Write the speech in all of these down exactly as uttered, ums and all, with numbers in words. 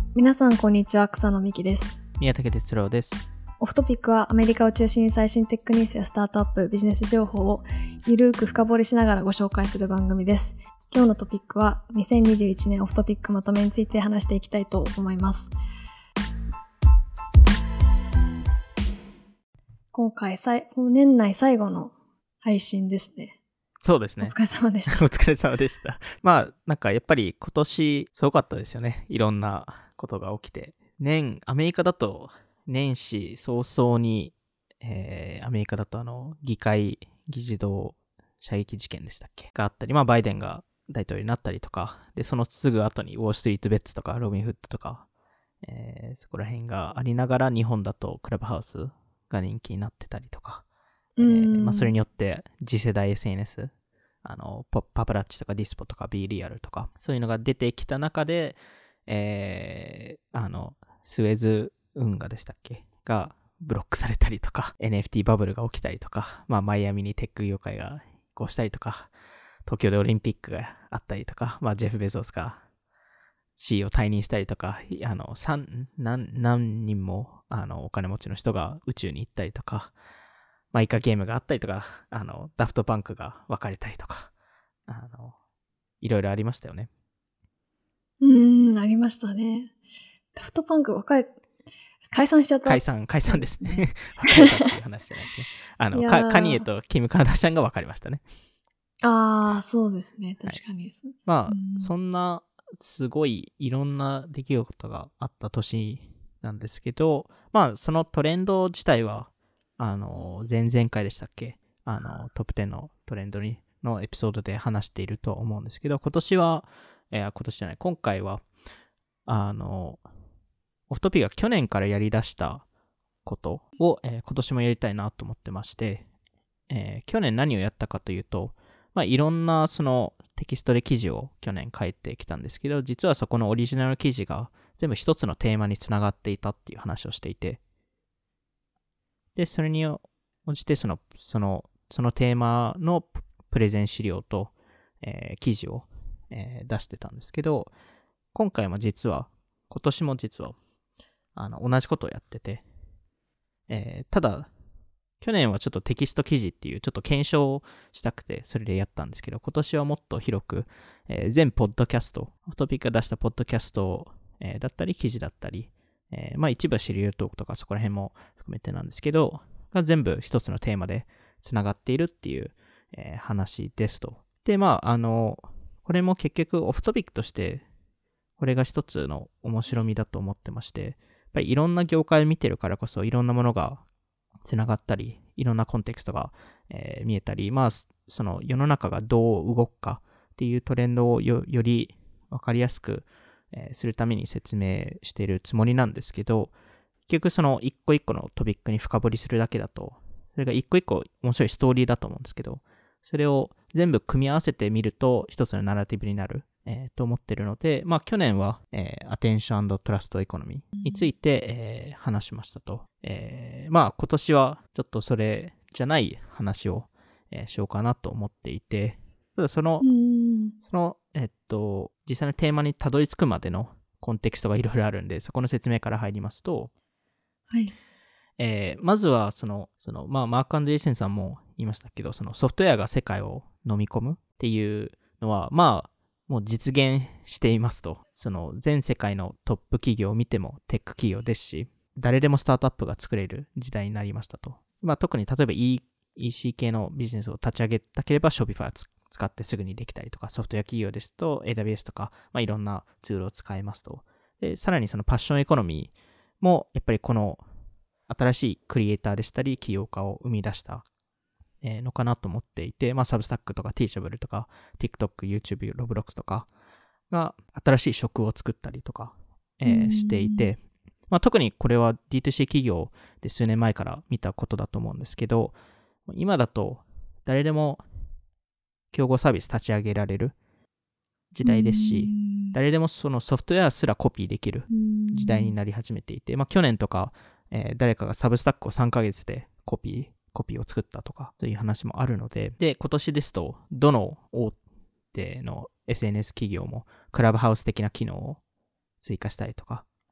皆さんこんにちは、草野美希です。 宮武哲郎です。 オフトピックはアメリカを中心に最新テックニュースやスタートアップ、ビジネス情報をゆるーく深掘りしながらご紹介する番組です。今日のトピックはにせんにじゅういちねんオフトピックまとめについて話していきたいと思います。今回年内最後の配信ですね。 そうですね。 お疲れ様でした。 お疲れ様でした。まあなんかやっぱり今年すごかったですよね。いろんなことが起きて。年アメリカだと年始早々に、えー、アメリカだとあの議会議事堂射撃事件でしたっけがあったり、まあバイデンが大統領になったりとか、でそのすぐ後にウォールストリートベッツとかロビンフッドとか、えー、そこら辺がありながら、日本だとクラブハウスが人気になってたりとか、えーまあ、それによって次世代 エスエヌエス、あのパパラッチとかディスポとか B リアルとかそういうのが出てきた中で、えー、あのスエズ運河でしたっけがブロックされたりとか、 エヌエフティー バブルが起きたりとか、まあ、マイアミにテック業界が移行したりとか、東京でオリンピックがあったりとか、まあ、ジェフ・ベゾスが シーイーオー を退任したりとか、あの何, 何人もあのお金持ちの人が宇宙に行ったりとか、まあ、イカゲームがあったりとか、あのダフトパンクが別れたりとか、あのいろいろありましたよね。 うーん、ありましたね。ダフトパンク別れ解散しちゃった。 解散解散ですね。別れたっていう話じゃないですね。あのカカニエとキム・カーダシャンが別れましたね。 ああ、そうですね。確かに、はい、 まあそんなすごいいろんな出来事があった年なんですけど、まあそのトレンド自体はあの前々回でしたっけ、あのトップテンのトレンドにのエピソードで話していると思うんですけど、今年は、えー、今年じゃない今回はあのオフトピが去年からやり出したことを、えー、今年もやりたいなと思ってまして、えー、去年何をやったかというと、まあ、いろんなそのテキストで記事を去年書いてきたんですけど、実はそこのオリジナル記事が全部一つのテーマにつながっていたっていう話をしていて、でそれに応じてそのそのそのテーマのプレゼン資料と、えー、記事を、えー、出してたんですけど、今回も実は今年も実はあの同じことをやってて、えー、ただ去年はちょっとテキスト記事っていうちょっと検証をしたくてそれでやったんですけど、今年はもっと広く、えー、全ポッドキャスト、オフトピックが出したポッドキャスト、えー、だったり記事だったり、えー、まあ一部はシリアルトークとかそこら辺も含めてなんですけど、が全部一つのテーマでつながっているっていう、えー、話ですと。でまああのこれも結局オフトピックとしてこれが一つの面白みだと思ってまして、やっぱりいろんな業界を見てるからこそいろんなものがつながったり、いろんなコンテクストが、えー、見えたり、まあその世の中がどう動くかっていうトレンドを よ, より分かりやすく、えー、するために説明しているつもりなんですけど、結局その一個一個のトピックに深掘りするだけだと、それが一個一個面白いストーリーだと思うんですけど、それを全部組み合わせてみると一つのナラティブになる、えー、と思ってるので、まあ去年は、えー、アテンション&トラストエコノミーについて、えー、話しましたと、えー、まあ今年はちょっとそれじゃない話を、えー、しようかなと思っていて、ただそのそのえっと実際のテーマにたどり着くまでのコンテクストがいろいろあるんで、そこの説明から入りますと、 はい、 えー、まずはそのそのまあマーク・アンドリーセンさんも言いましたけど、そのソフトウェアが世界を飲み込むっていうのはまあもう実現していますと。その全世界のトップ企業を見てもテック企業ですし、誰でもスタートアップが作れる時代になりましたと。まあ特に例えば イーシー 系のビジネスを立ち上げたければ Shopify を使ってすぐにできたりとか、ソフトウェア企業ですと エーダブリューエス とか、まあいろんなツールを使えますと。で、さらにそのパッションエコノミーもやっぱりこの新しいクリエイターでしたり起業家を生み出したのかなと思っていて、まあサブスタックとか Teachable とか TikTok、YouTube、Roblox とかが新しい職を作ったりとか、えー、していて、まあ特にこれは ディーツーシー 企業で数年前から見たことだと思うんですけど、今だと誰でも競合サービス立ち上げられる時代ですし、誰でもそのソフトウェアすらコピーできる時代になり始めていて、まあ去年とか、えー、誰かがサブスタックをさんかげつでコピーコピーを作ったとかそういう話もあるので、で今年ですとどの大手の エスエヌエス 企業もクラブハウス的な機能を追加したりとか、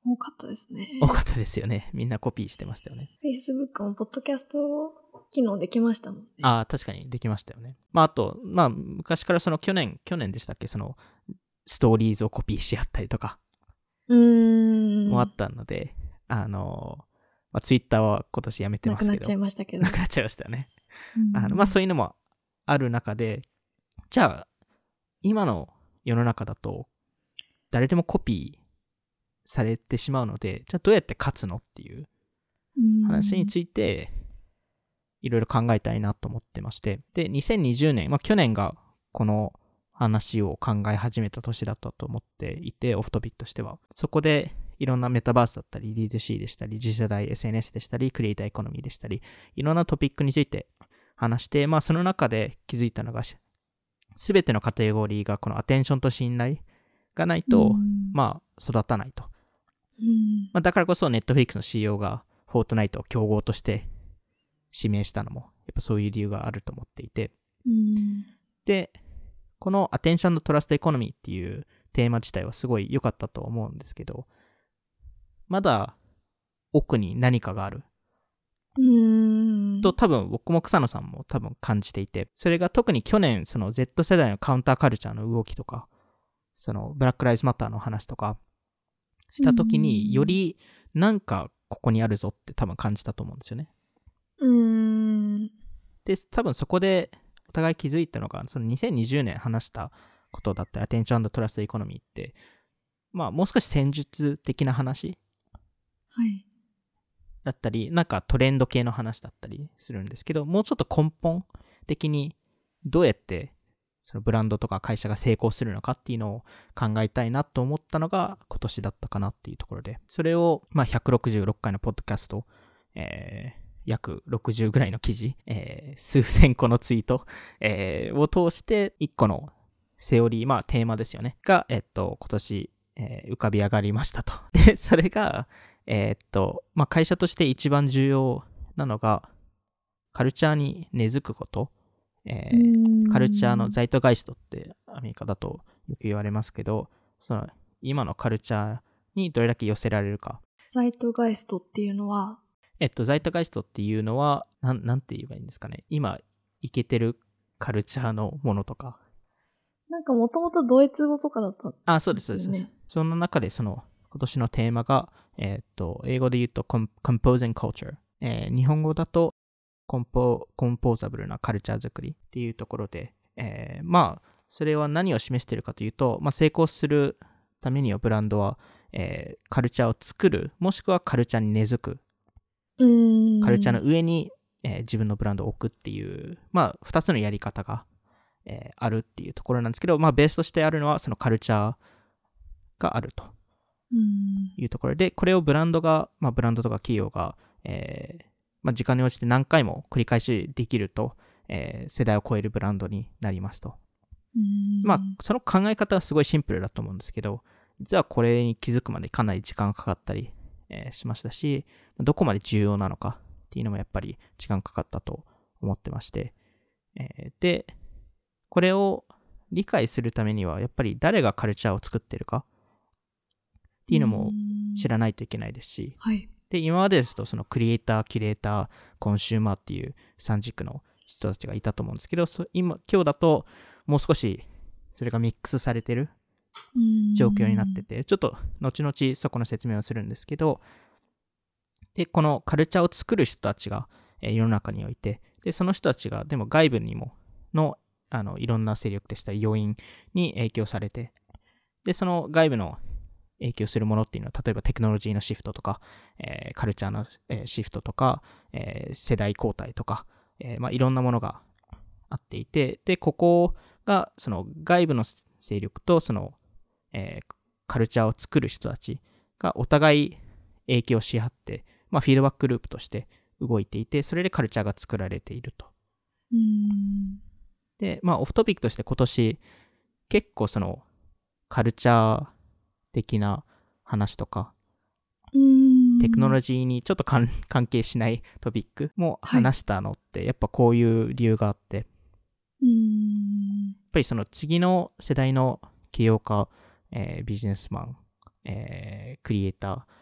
多かったですね。 多かったですよね。みんなコピーしてましたよね。 Facebook もポッドキャスト機能できましたもんね。 ああ、確かにできましたよね。まああと、まあ昔からその去年、去年でしたっけ、そのストーリーズをコピーし合ったりとか、 うーん。 もあったので、あの、まあ、Twitter は今年やめてますけど。 なくなっちゃいましたけど。 なくなっちゃいましたよね。 うん、 あのまあそういうのもある中で、じゃあ、今の世の中だと、誰でもコピーされてしまうので、じゃあどうやって勝つのっていう話について、いろいろ考えたいなと思ってまして。で、にせんにじゅうねん、まあ去年がこの話を考え始めた年だったと思っていて、オフトピックとしては。そこで、いろんなメタバースだったり、ディーツーシー でしたり、次世代 エスエヌエス でしたり、クリエイターエコノミーでしたり、いろんなトピックについて話して、まあその中で気づいたのが、すべてのカテゴリーがこのアテンションと信頼がないと、まあ育たないと。まあ、だからこそ Netflix の シーイーオー がフォートナイトを競合として指名したのも、やっぱそういう理由があると思っていて。で、このアテンションとトラストエコノミーっていうテーマ自体はすごい良かったと思うんですけど、まだ奥に何かがある。 うーんと多分僕も草野さんも多分感じていて、それが特に去年その Z 世代のカウンターカルチャーの動きとか、そのブラックライズマターの話とかした時によりなんかここにあるぞって多分感じたと思うんですよね。 うーんで、多分そこでお互い気づいたのが、そのにせんにじゅうねん話したことだったり、アテンション&トラストエコノミーって、まあもう少し戦術的な話はいだったり、なんかトレンド系の話だったりするんですけど、もうちょっと根本的にどうやってそのブランドとか会社が成功するのかっていうのを考えたいなと思ったのが今年だったかなっていうところで、それをまあひゃくろくじゅうろっかいのポッドキャスト、えー、約ろくじゅうぐらいの記事、えー、数千個のツイート、えー、を通していっこのセオリー、まあテーマですよね、が、えっと、今年、えー、浮かび上がりましたと。で、それが、えー、っと、まあ会社として一番重要なのが、カルチャーに根付くこと、えー、カルチャーのザイトガイストってアメリカだとよく言われますけど、その今のカルチャーにどれだけ寄せられるか。 ザイトガイストっていうのはえっと、ザイトガイストっていうのは、なん、なんて言えばいいんですかね。今、イケてるカルチャーのものとか。 なんかもともとドイツ語とかだったんですよね。 あ、そうです、そうです。その中で、その、今年のテーマが、えっと、英語で言うと、composing culture。えー、日本語だと、コンポ、コンポーザブルなカルチャー作りっていうところで、えー、まあ、それは何を示しているかというと、まあ、成功するためにはブランドは、えー、カルチャーを作る、もしくはカルチャーに根付く。 うーんカルチャーの上に、えー、自分のブランドを置くっていう、まあ、二つのやり方が、えー、あるっていうところなんですけど、まあ、ベースとしてあるのは、そのカルチャーがあるというところで、これをブランドが、まあ、ブランドとか企業が、えー、まあ、時間に応じて何回も繰り返しできると、えー、世代を超えるブランドになりますと。まあ、その考え方はすごいシンプルだと思うんですけど、実はこれに気づくまでかなり時間がかかったり、えー、しましたし、どこまで重要なのかっていうのもやっぱり時間かかったと思ってまして、えー、で、これを理解するためにはやっぱり誰がカルチャーを作ってるかっていうのも知らないといけないですし、 はい、 で、今までですとそのクリエイター、キュレーター、コンシューマーっていう三軸の人たちがいたと思うんですけど、今、今日だともう少しそれがミックスされてる状況になってて、ちょっと後々そこの説明をするんですけど、で、このカルチャーを作る人たちが、えー、世の中において、で、その人たちがでも外部にもの、あの、いろんな勢力でしたり要因に影響されて、で、その外部の影響するものっていうのは、例えばテクノロジーのシフトとか、えー、カルチャーの、えー、シフトとか、えー、世代交代とか、えー、まあいろんなものがあっていて、で、ここがその外部の勢力とその、えー、カルチャーを作る人たちがお互い影響し合って、まあフィードバックループとして動いていて、それでカルチャーが作られていると。 うーんで、まあオフトピックとして今年結構そのカルチャー的な話とか、テクノロジーにちょっと関係しないトピックも話したのって、はい、やっぱこういう理由があって、 うーんやっぱりその次の世代の起業家、えー、ビジネスマン、えー、クリエイター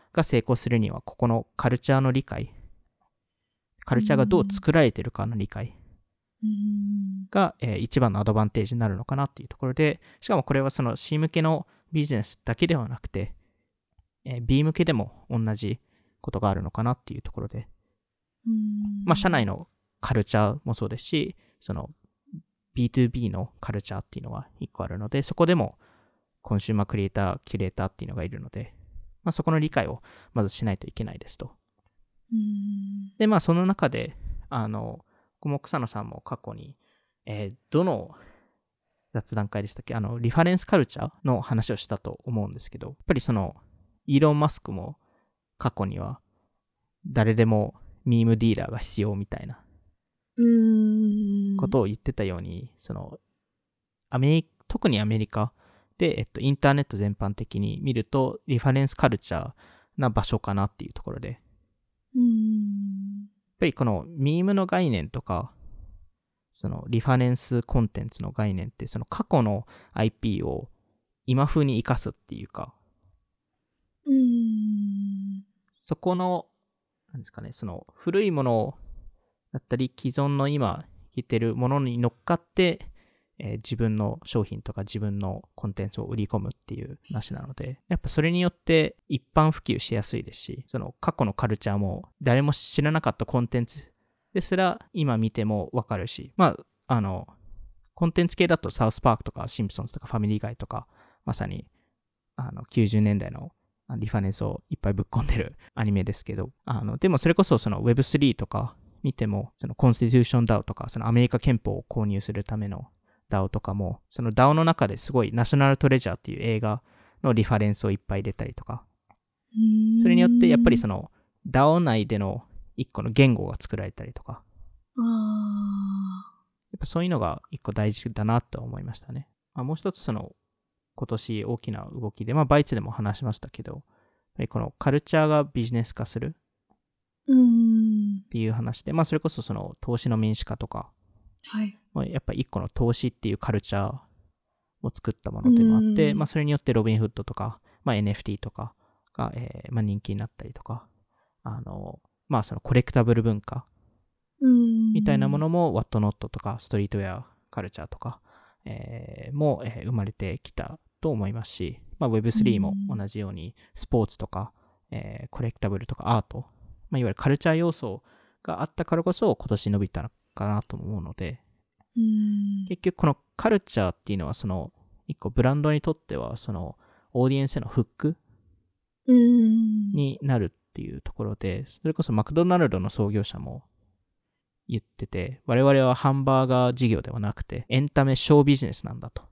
が成功するには、ここのカルチャーの理解、カルチャーがどう作られているかの理解が、えー一番のアドバンテージになるのかなっていうところで、しかもこれはその C 向けのビジネスだけではなくて、えー B 向けでも同じことがあるのかなっていうところで、まあ、社内のカルチャーもそうですし、その ビーツービー のカルチャーっていうのが一個あるので、そこでもコンシューマークリエイター、キュレーターっていうのがいるので、まあ、そこの理解をまずしないといけないですと。で、まあその中で、あの、こも草野さんも過去に、えーどの雑談会でしたっけ、あの、リファレンスカルチャーの話をしたと思うんですけど、やっぱりその、イーロン・マスクも過去には誰でもミームディーラーが必要みたいなことを言ってたように、その、アメリ特にアメリカで、えっと、インターネット全般的に見ると、リファレンスカルチャーな場所かなっていうところで、やっぱりこのミームの概念とか、そのリファレンスコンテンツの概念って、その過去の アイピー を今風に活かすっていうか、そこの、なんですかね、その古いものだったり、既存の今生きてるものに乗っかって、えー自分の商品とか自分のコンテンツを売り込むっていう話なので、やっぱそれによって一般普及しやすいですし、その過去のカルチャーも誰も知らなかったコンテンツですら今見てもわかるし、まあ、あの、コンテンツ系だとサウスパークとかシンプソンズとかファミリーガイとか、まさにあのきゅうじゅうねんだいのリファレンスをいっぱいぶっ込んでるアニメですけど、あの、でもそれこそその ウェブスリー とか見ても、そのコンスティテューション ダオ とか、そのアメリカ憲法を購入するための ダオ とかも、その ダオ の中ですごいナショナルトレジャーっていう映画のリファレンスをいっぱい入れたりとか、それによってやっぱりその ダオ 内での一個の言語が作られたりとか、やっぱそういうのが一個大事だなと思いましたね。まあ、もう一つその今年大きな動きで、まあバイツでも話しましたけど、やっぱりこのカルチャーがビジネス化するっていう話で、まあそれこそその投資の民主化とか、 はい。 やっぱり一個の投資っていうカルチャーを作ったものでもあって、まあそれによってロビンフッドとか、まあ エヌエフティー とかが、えーまあ、人気になったりとか、あの、まあそのコレクタブル文化みたいなものも ワットノット とかストリートウェアカルチャーとか、えーも、えー生まれてきたと思いますし、まあ、ウェブスリー も同じようにスポーツとか、えーコレクタブルとかアート、まあ、いわゆるカルチャー要素があったからこそ今年伸びたのかなと思うので、結局このカルチャーっていうのはその一個ブランドにとってはそのオーディエンスへのフックになるっていうところで、それこそマクドナルドの創業者も言ってて、我々はハンバーガー事業ではなくてエンタメショービジネスなんだと。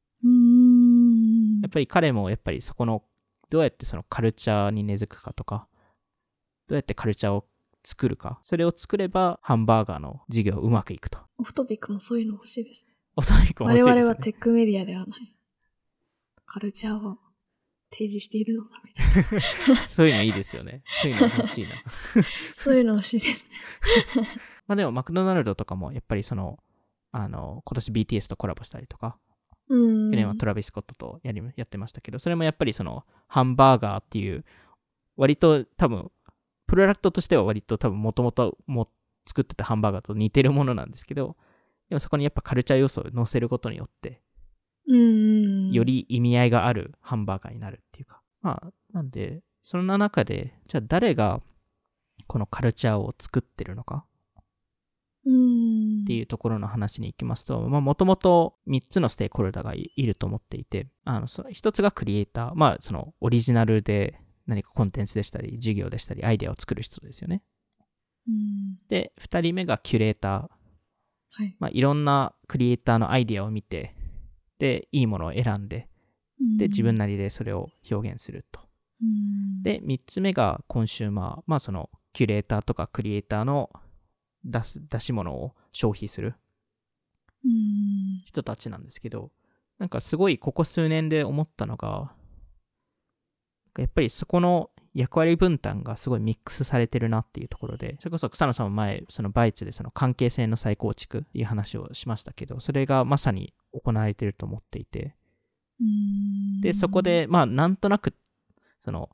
やっぱり彼もやっぱりそこのどうやってそのカルチャーに根付くかとか、どうやってカルチャーを作るか、それを作ればハンバーガーの事業うまくいくと。 オフトピックもそういうの欲しいですね。 オフトピックも欲しいですね。 我々はテックメディアではない。カルチャーを提示しているのだみたいな。 そういうのいいですよね。そういうの欲しいな。 そういうの欲しいですね。 まあでもマクドナルドとかもやっぱりその、あの、今年 ビーティーエス とコラボしたりとか、去年はトラビス・スコットとやりやってましたけど、それもやっぱりそのハンバーガーっていう割と多分プロダクトとしては割と多分もともと作ってたハンバーガーと似てるものなんですけど、でもそこにやっぱカルチャー要素を乗せることによってより意味合いがあるハンバーガーになるっていうか、まあなんでそんな中でじゃあ誰がこのカルチャーを作ってるのかっていうところの話に行きますと、まあもともとみっつのステークホルダーが い, いると思っていて、あのそのひとつがクリエイター、まあそのオリジナルで何かコンテンツでしたり事業でしたりアイデアを作る人ですよね。でふたりめがキュレーター、 はい、 まあ、いろんなクリエイターのアイデアを見て、でいいものを選んで、で自分なりでそれを表現すると。でみっつめがコンシューマー、まあそのキュレーターとかクリエイターの出す出し物を消費する人たちなんですけど、なんかすごいここ数年で思ったのが、やっぱりそこの役割分担がすごいミックスされてるなっていうところで、それこそ草野さんも前そのバイツでその関係性の再構築っていう話をしましたけど、それがまさに行われてると思っていて、でそこでまあなんとなくその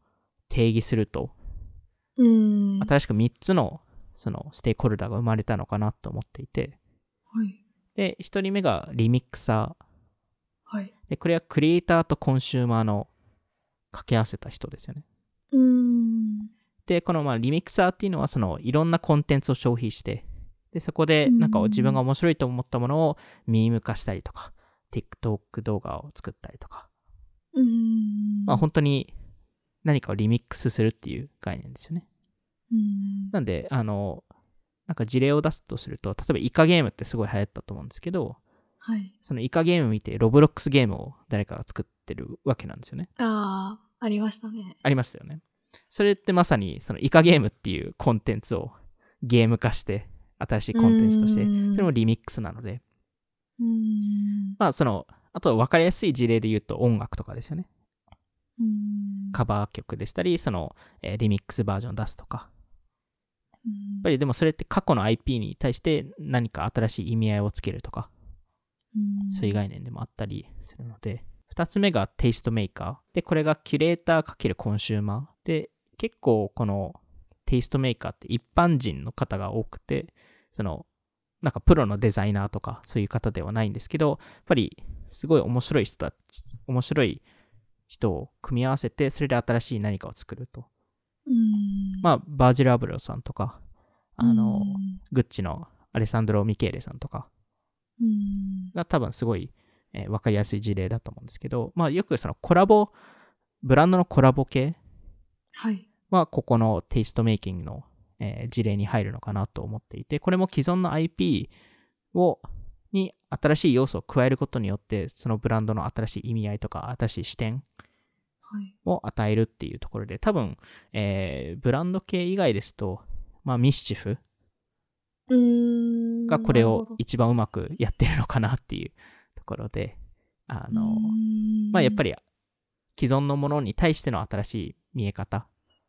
定義すると、 うん。 新しくみっつのそのステークホルダーが生まれたのかなと思っていて、 はい。 で、ひとりめがリミックサー。 はい。 で、これはクリエイターとコンシューマーの掛け合わせた人ですよね。 うん。 で、このまあリミックサーっていうのはそのいろんなコンテンツを消費して、で、そこでなんか自分が面白いと思ったものをミーム化したりとか、TikTok 動画を作ったりとか、 うん。 まあ本当に何かをリミックスするっていう概念ですよね。 うん。 なんで、あの、なんか事例を出すとすると、例えばイカゲームってすごい流行ったと思うんですけど、 はい。 そのイカゲーム見てロブロックスゲームを誰かが作ってるわけなんですよね。 ああ、ありましたね。 ありましたよね。それってまさにそのイカゲームっていうコンテンツをゲーム化して新しいコンテンツとして、それもリミックスなので、 うん。 まあその、あと分かりやすい事例で言うと音楽とかですよね。 うん。 カバー曲でしたり、その、えーリミックスバージョン出すとか。 うん、 やっぱりでもそれって過去の アイピー に対して何か新しい意味合いをつけるとか、 うん、 そういう概念でもあったりするので、二つ目がテイストメーカー。で、これがキュレーター×コンシューマー。で、結構このテイストメーカーって一般人の方が多くて、その、なんかプロのデザイナーとかそういう方ではないんですけど、やっぱりすごい面白い人たち、面白い人を組み合わせて、それで新しい何かを作ると。 うん、 まあ、バージル・アブローさんとか、あの、 うん、 グッチのアレサンドロ・ミケーレさんとかが多分すごい、えー、分かりやすい事例だと思うんですけど、まあよくそのコラボ、ブランドのコラボ系はここのテイストメイキングの、えー、事例に入るのかなと思っていて、これも既存の アイピー を、に新しい要素を加えることによって、そのブランドの新しい意味合いとか新しい視点を与えるっていうところで、多分、えー、ブランド系以外ですと、まあミッシフがこれを一番うまくやってるのかなっていうところで、あの、まあやっぱり既存のものに対しての新しい見え方。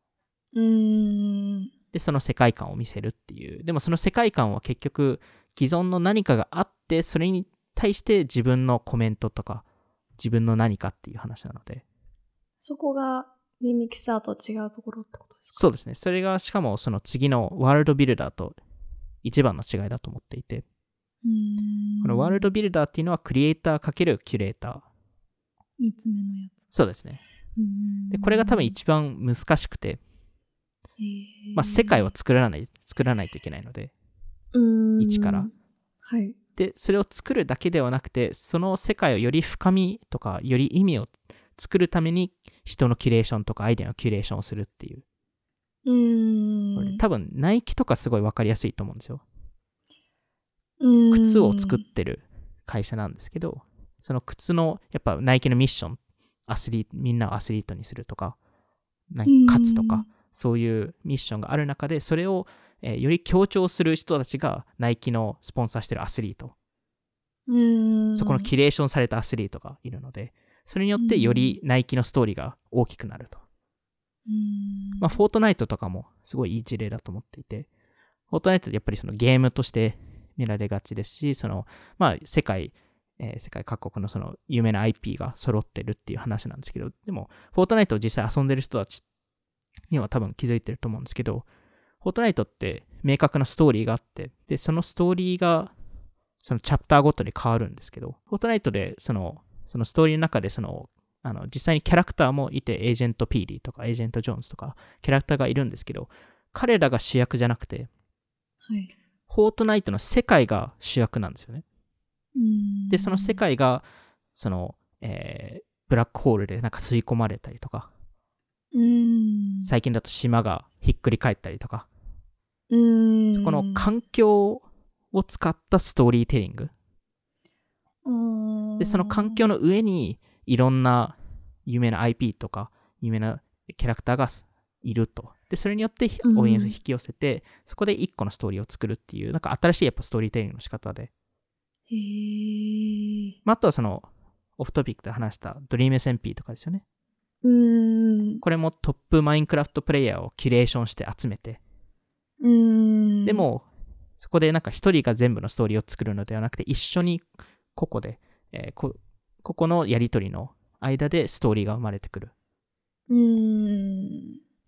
で、その世界観を見せるっていう。でもその世界観は結局既存の何かがあって、それに対して自分のコメントとか自分の何かっていう話なので。 そこがリミキサーと違うところってことですか？ そうですね。それがしかもその次のワールドビルダーと一番の違いだと思っていて。 うーん、 このワールドビルダーっていうのはクリエイター×キュレーター。 三つ目のやつ。 そうですね。で、これが多分一番難しくて、まあ世界を作らない、作らないといけないので、一から。 はい。 で、それを作るだけではなくて、その世界をより深みとか、より意味を作るために人のキュレーションとかアイデアのキュレーションをするっていう。 うーん。 多分、ナイキとかすごい分かりやすいと思うんですよ。 う靴を作ってる会社なんですけど、その靴の、やっぱナイキのミッション、アスリート、みんなをアスリートにするとか、勝つとか、そういうミッションがある中で、それを、えー、より強調する人たちがナイキのスポンサーしてるアスリート。 うーん。 そこのキュレーションされたアスリートがいるので、それによってよりナイキのストーリーが大きくなると。 うーん。 まあ、フォートナイトとかもすごいいい事例だと思っていて、フォートナイトってやっぱりそのゲームとして見られがちですし、その、まあ、世界、えー、世界各国のその有名な アイピー が揃ってるっていう話なんですけど、でも、フォートナイトを実際遊んでる人たちには多分気づいてると思うんですけど、フォートナイトって明確なストーリーがあって、で、そのストーリーが、そのチャプターごとに変わるんですけど、フォートナイトでその、そのストーリーの中でその、あの、実際にキャラクターもいて、エージェント・ピーリーとか、エージェント・ジョーンズとか、キャラクターがいるんですけど、彼らが主役じゃなくて、 はい、 フォートナイトの世界が主役なんですよね。 うんで、その世界が、その、えー、ブラックホールでなんか吸い込まれたりとか、 うん最近だと島がひっくり返ったりとか、 うんそこの環境を使ったストーリーテリング。 うんで、その環境の上にいろんな有名な アイピー とか有名なキャラクターがいると。で、それによってオーディエンスを引き寄せて、うん、そこで一個のストーリーを作るっていう、なんか新しいやっぱストーリーテリングの仕方で。 へー。 まあ、あとはその、オフトピックで話したドリーム エスエムピー とかですよね。 うーん。 これもトップマインクラフトプレイヤーをキュレーションして集めて。 うーん。 でも、そこでなんか一人が全部のストーリーを作るのではなくて、一緒に個々で、えー、こ、ここのやりとりの間でストーリーが生まれてくる。 うーん。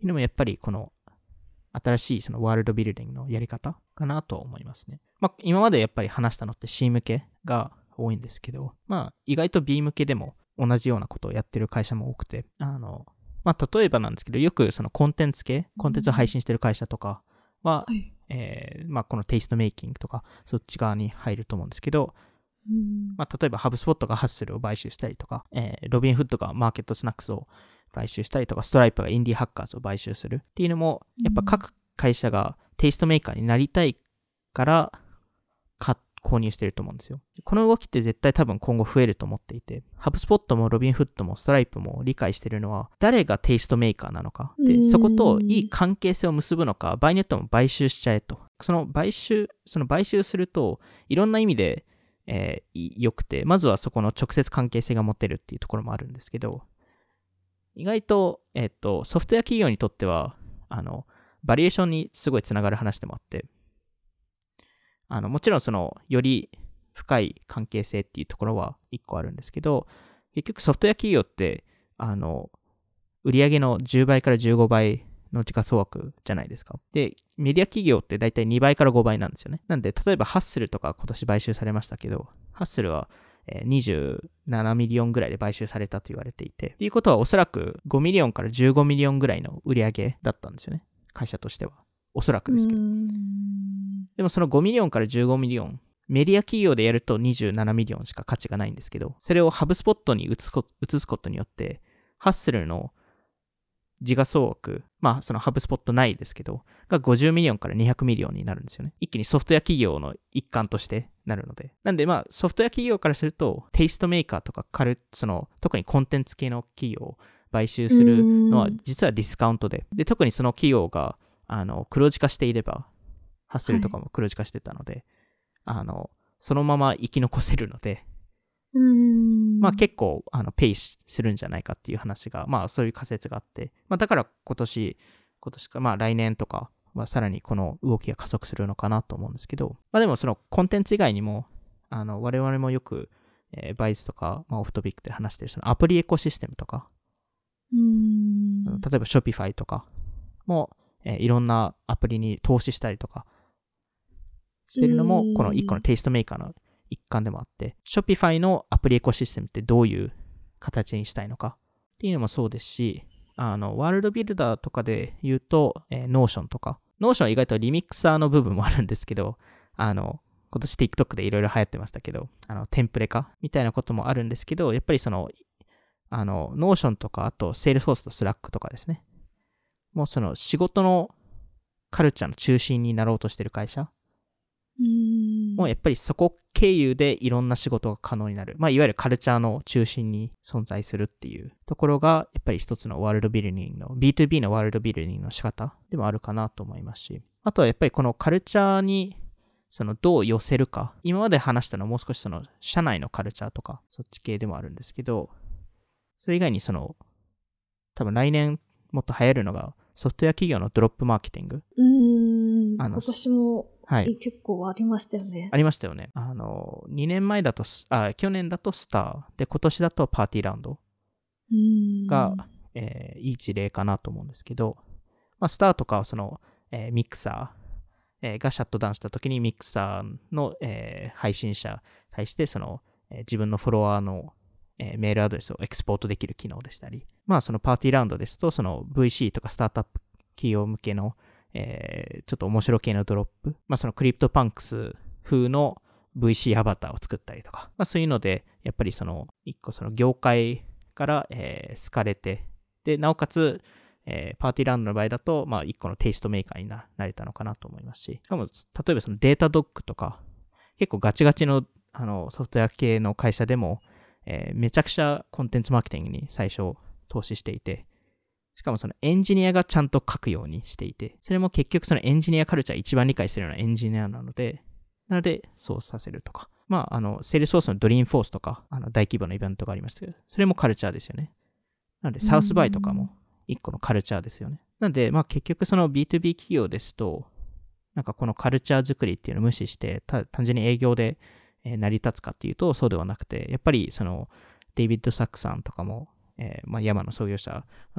いうのもやっぱりこの新しいそのワールドビルディングのやり方かなと思いますね。まあ今までやっぱり話したのって C 向けが多いんですけど、まあ意外と B 向けでも同じようなことをやってる会社も多くて、あの、まあ例えばなんですけど、よくそのコンテンツ系、コンテンツを配信してる会社とかは、はい、えー、まあこのテイストメイキングとかそっち側に入ると思うんですけど、 うんまあ例えばハブスポットがハッスルを買収したりとか、えー、ロビンフッドがマーケットスナックスを買収したりとか、ストライプがインディーハッカーズを買収するっていうのも、やっぱ各会社がテイストメーカーになりたいから買購入してると思うんですよ。この動きって絶対多分今後増えると思っていて、ハブスポットもロビンフッドもストライプも理解してるのは、誰がテイストメーカーなのか。で、そこといい関係性を結ぶのか、場合によっても買収しちゃえと。その買収、その買収すると、いろんな意味で、えー、良くて、まずはそこの直接関係性が持てるっていうところもあるんですけど、意外と、えっと、ソフトウェア企業にとっては、あの、バリエーションにすごいつながる話でもあって、あの、もちろんその、より深い関係性っていうところは一個あるんですけど、結局ソフトウェア企業って、あの、売上のじゅうばいからじゅうごばいの時価総額じゃないですか。で、メディア企業ってだいたいにばいからごばいなんですよね。なんで、例えばハッスルとか今年買収されましたけど、ハッスルはにじゅうななミリオンぐらいで買収されたと言われていて、っていうことはおそらくごミリオンからじゅうごミリオンぐらいの売上だったんですよね。会社としては。おそらくですけど。でもそのごミリオンからじゅうごミリオン、メディア企業でやるとにじゅうななミリオンしか価値がないんですけど、それをハブスポットに移すこ、移すことによって、ハッスルの時価総額、まあそのハブスポットないですけど、がごじゅうミリオンからにひゃくミリオンになるんですよね。一気にソフトウェア企業の一環としてなるので。なんでまあソフトウェア企業からすると、テイストメーカーとかカル、その特にコンテンツ系の企業を買収するのは実はディスカウントで。で、特にその企業があの黒字化していれば、ハッスルとかも黒字化してたので、はい、あの、そのまま生き残せるので、 うーんまあ結構あのペイするんじゃないかっていう話が、まあそういう仮説があって、まあだから今年、今年か、まあ来年とかはさらにこの動きが加速するのかなと思うんですけど、まあでもそのコンテンツ以外にも、あの我々もよく、えー、バイズとか、まあ、オフトピックで話してるそのアプリエコシステムとか、 うーん例えば Shopify とかも、えー、いろんなアプリに投資したりとかしてるのも、この一個のテイストメーカーの一環でもあって、Shopify のアプリエコシステムってどういう形にしたいのかっていうのもそうですし、あの、ワールドビルダーとかで言うと、えー、Notion とか、Notion は意外とリミクサーの部分もあるんですけど、あの、今年 TikTok でいろいろ流行ってましたけど、あの、テンプレ化みたいなこともあるんですけど、やっぱりその、あの、Notion とか、あと Salesforce と Slack とかですね。もうその仕事のカルチャーの中心になろうとしてる会社もうやっぱりそこ経由でいろんな仕事が可能になる。まあいわゆるカルチャーの中心に存在するっていうところがやっぱり一つのワールドビルディングの ビーツービー のワールドビルディングの仕方でもあるかなと思いますし、あとはやっぱりこのカルチャーにそのどう寄せるか。今まで話したのはもう少しその社内のカルチャーとかそっち系でもあるんですけど、それ以外にその多分来年もっと流行るのがソフトウェア企業のドロップマーケティング。 うーんあの今年も、はい、結構ありましたよね。 ありましたよね。あの、にねんまえだと、あ、去年だとスター、で、今年だとパーティーラウンドが、えー、いい事例かなと思うんですけど、まあ、スターとかはその、えー、ミクサー、えー、がシャットダウンした時にミクサーの、えー、配信者に対してその、えー、自分のフォロワーのえー、メールアドレスをエクスポートできる機能でしたり、まあそのパーティーラウンドですと、その ブイシー とかスタートアップ企業向けの、えー、ちょっと面白系のドロップ、まあそのクリプトパンクス風の ブイシー アバターを作ったりとか、まあそういうので、やっぱりその一個その業界から、えー、好かれて、で、なおかつ、えー、パーティーラウンドの場合だと、まあ一個のテイストメーカーに な, なれたのかなと思いますし、しかも、例えばそのデータドッグとか、結構ガチガチのあのソフトウェア系の会社でも、えー、めちゃくちゃコンテンツマーケティングに最初投資していて、しかもそのエンジニアがちゃんと書くようにしていて、それも結局そのエンジニアカルチャー一番理解するようなエンジニアなので、なのでそうさせるとか。まあ、あの、セールスフォースのドリームフォースとか、あの大規模なイベントがありましたけど、それもカルチャーですよね。なので、サウスバイとかも一個のカルチャーですよね。なので、まあ結局その ビーツービー 企業ですと、なんかこのカルチャー作りっていうのを無視して、単純に営業で成り立つかっていうとそうではなくて、やっぱりそのデイビッド・サックさんとかも、えー、まあヤマの創業者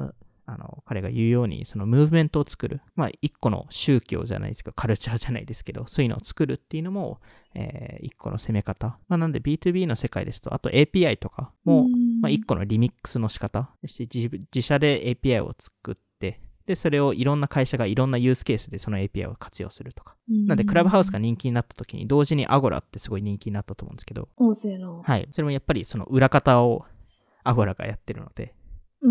あの彼が言うようにそのムーブメントを作る、まあ一個の宗教じゃないですか、カルチャーじゃないですけど、そういうのを作るっていうのも、えー、一個の攻め方。まあなんで ビーツービー の世界ですと、あと エーピーアイ とかも、まあ一個のリミックスの仕方でして、自、自社で エーピーアイ を作って、で、それをいろんな会社がいろんなユースケースでその エーピーアイ を活用するとか。なんで、クラブハウスが人気になった時に、同時にアゴラってすごい人気になったと思うんですけど、 音声の。 はい。それもやっぱりその裏方をアゴラがやってるので、 うん。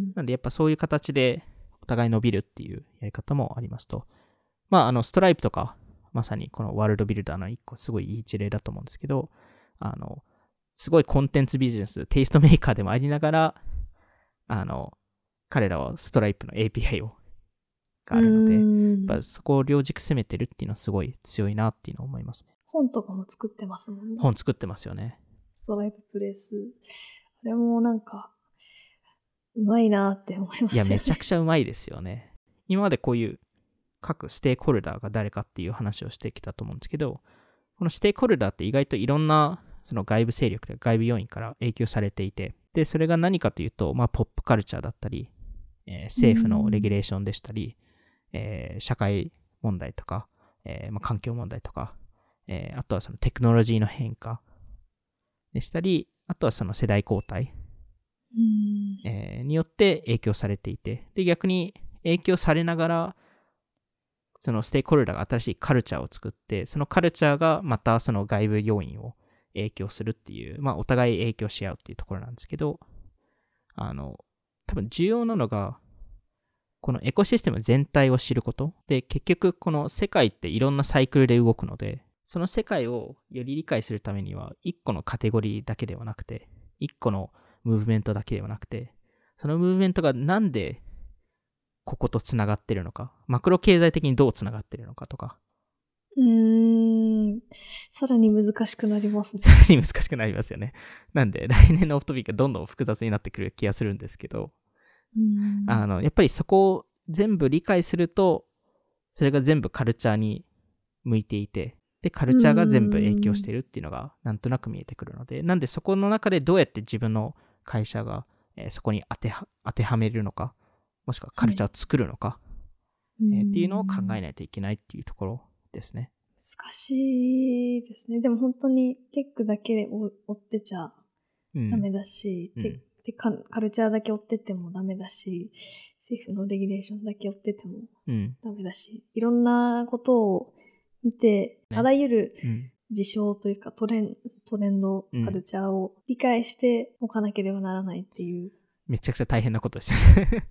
なんで、やっぱそういう形でお互い伸びるっていうやり方もありますと。まあ、あの、ストライプとか、まさにこのワールドビルダーの一個すごいいい事例だと思うんですけど、あの、すごいコンテンツビジネス、テイストメーカーでもありながら、あの、彼らはストライプの エーピーアイ をがあるので、やっぱそこを両軸攻めてるっていうのはすごい強いなっていうのを思いますね。 本とかも作ってますもんね。 本作ってますよね。 ストライププレス。あれもなんか、うまいなって思いますね。いや、 ね。 めちゃくちゃうまいですよね。今までこういう各ステークホルダーが誰かっていう話をしてきたと思うんですけど、このステークホルダーって意外といろんなその外部勢力で外部要因から影響されていて、で、それが何かというと、まあ、ポップカルチャーだったり、えー、政府のレギュレーションでしたり、えー、社会問題とか、えーまあ、環境問題とか、えー、あとはそのテクノロジーの変化でしたり、あとはその世代交代、 うんえー、によって影響されていて、で、逆に影響されながら、そのステークホルダーが新しいカルチャーを作って、そのカルチャーがまたその外部要因を影響するっていう、まあお互い影響し合うっていうところなんですけど、あの、多分重要なのが、このエコシステム全体を知ること。で、結局この世界っていろんなサイクルで動くので、その世界をより理解するためには、一個のカテゴリーだけではなくて、一個のムーブメントだけではなくて、そのムーブメントがなんでこことつながってるのか、マクロ経済的にどうつながってるのかとか。 うーん。さらに難しくなりますね。 さらに難しくなりますよね。なんで、来年のオフトピックがどんどん複雑になってくる気がするんですけど、 うんあの、やっぱりそこを全部理解すると、それが全部カルチャーに向いていて、で、カルチャーが全部影響してるっていうのがなんとなく見えてくるので、なんでそこの中でどうやって自分の会社が、えー、そこに当ては、当てはめるのか、もしくはカルチャーを作るのか、はいえー、っていうのを考えないといけないっていうところですね。 難しいですね。でも本当にテックだけで追ってちゃダメだし、うん、テでカルチャーだけ追っててもダメだし、政府のレギュレーションだけ追っててもダメだし、うん、いろんなことを見て、ね、あらゆる事象というかトレン、トレンド、カルチャーを理解しておかなければならないっていう。 めちゃくちゃ大変なことですよね。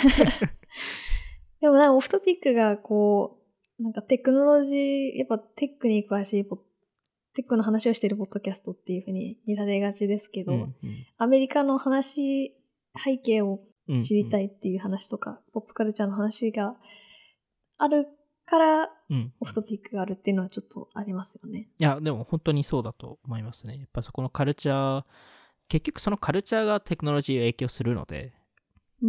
でもなんかオフトピックがこう、なんかテクノロジー、やっぱテックに詳しい、テックの話をしているポッドキャストっていう風に見られがちですけど、うんうん、アメリカの話、背景を知りたいっていう話とか、うんうん、ポップカルチャーの話があるから、うん、オフトピックがあるっていうのはちょっとありますよね。 いや、でも本当にそうだと思いますね。やっぱそこのカルチャー、結局そのカルチャーがテクノロジーを影響するので、 うん、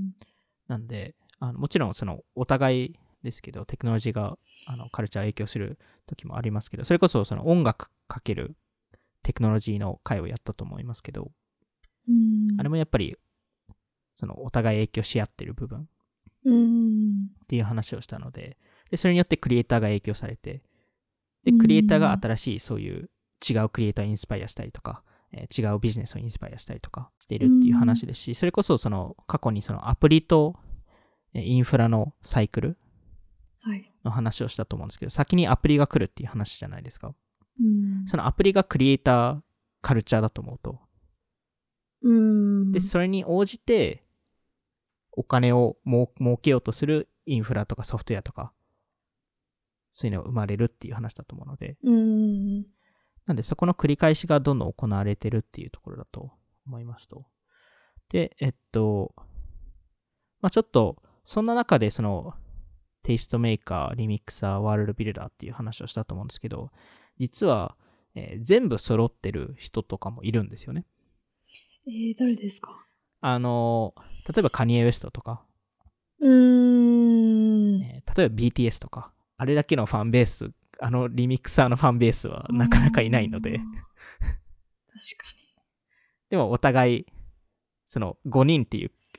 なんで、あのもちろんそのお互いですけど、テクノロジーがあのカルチャーを影響する時もありますけど、それこそその音楽かけるテクノロジーの回をやったと思いますけど、 うん、 あれもやっぱりそのお互い影響し合ってる部分っていう話をしたので、でそれによってクリエイターが影響されて、でクリエイターが新しいそういう違うクリエイターをインスパイアしたりとか、えー、違うビジネスをインスパイアしたりとかしているっていう話ですし、それこそその過去にそのアプリとインフラのサイクルの話をしたと思うんですけど、先にアプリが来るっていう話じゃないですか。 うん、 そのアプリがクリエイターカルチャーだと思うと、 うん、 でそれに応じてお金をも儲けようとするインフラとかソフトウェアとかそういうのが生まれるっていう話だと思うので、 うん、 なんでそこの繰り返しがどんどん行われてるっていうところだと思いますと。で、えっと、まあちょっとそんな中でそのテイストメーカー、リミックサー、ワールドビルダーっていう話をしたと思うんですけど、実は、えー、全部揃ってる人とかもいるんですよね。 えー、誰ですか？ あの、例えばカニエ・ウェストとか、 うーん、 えー、例えば ビーティーエス とか、あれだけのファンベース、あのリミックサーのファンベースはなかなかいないので。 確かに。 でもお互い、そのごにんっていう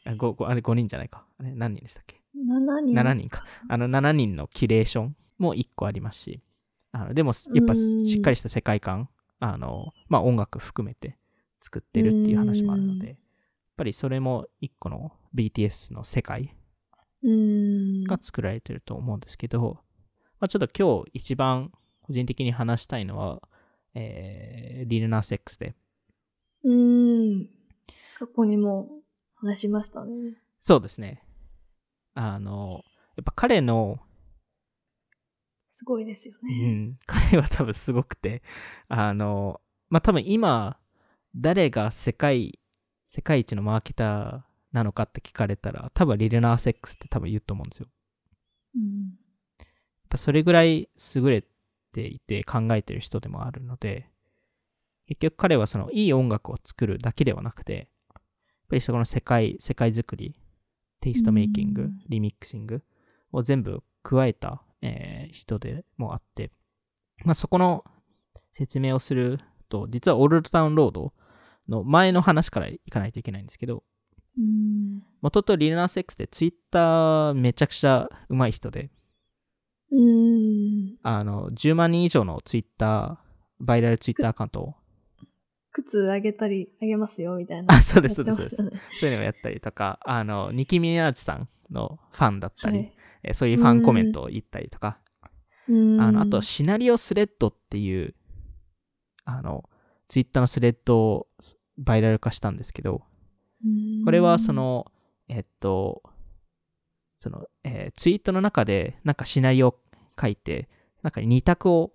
あ 5, 5, あれごにんじゃないか。あれ何人でしたっけ？ しちにん。 ななにんか。あのななにんのキュレーションもいっこありますし、あのでもやっぱしっかりした世界観、あの、まあ音楽含めて作ってるっていう話もあるので、やっぱりそれもいっこの ビーティーエス の世界が作られてると思うんですけど、まあ、ちょっと今日一番個人的に話したいのは、えー、リルナス X で。 うーん。過去にも話しましたね。 そうですね。あの、やっぱ彼の、 すごいですよね。 うん、彼は多分すごくて、あの、まあ、多分今、誰が世界、世界一のマーケターなのかって聞かれたら、多分リルナス X って多分言うと思うんですよ。 うん、 やっぱそれぐらい優れていて考えてる人でもあるので、結局彼はそのいい音楽を作るだけではなくて、やっぱりそこの世界、世界作り、テイストメイキング、リミックシングを全部加えた、えー、人でもあって、まあ、そこの説明をすると、実はオールドタウンロードの前の話からいかないといけないんですけど、もともとリルナス X でツイッターめちゃくちゃ上手い人で、 うーんあの、じゅうまんにん以上のツイッター、バイラルツイッターアカウントを。 靴あげたり、あげますよ、みたいな。 あ、そうです、そうです、そうです。そういうのをやったりとか、あの、ニキ・ミナージさんのファンだったり、はい、えそういうファンコメントを言ったりとか、あの、あと、シナリオスレッドっていう、あの、ツイッターのスレッドをバイラル化したんですけど、これはその、えっと、その、えー、ツイートの中で、なんかシナリオを書いて、なんかに択を、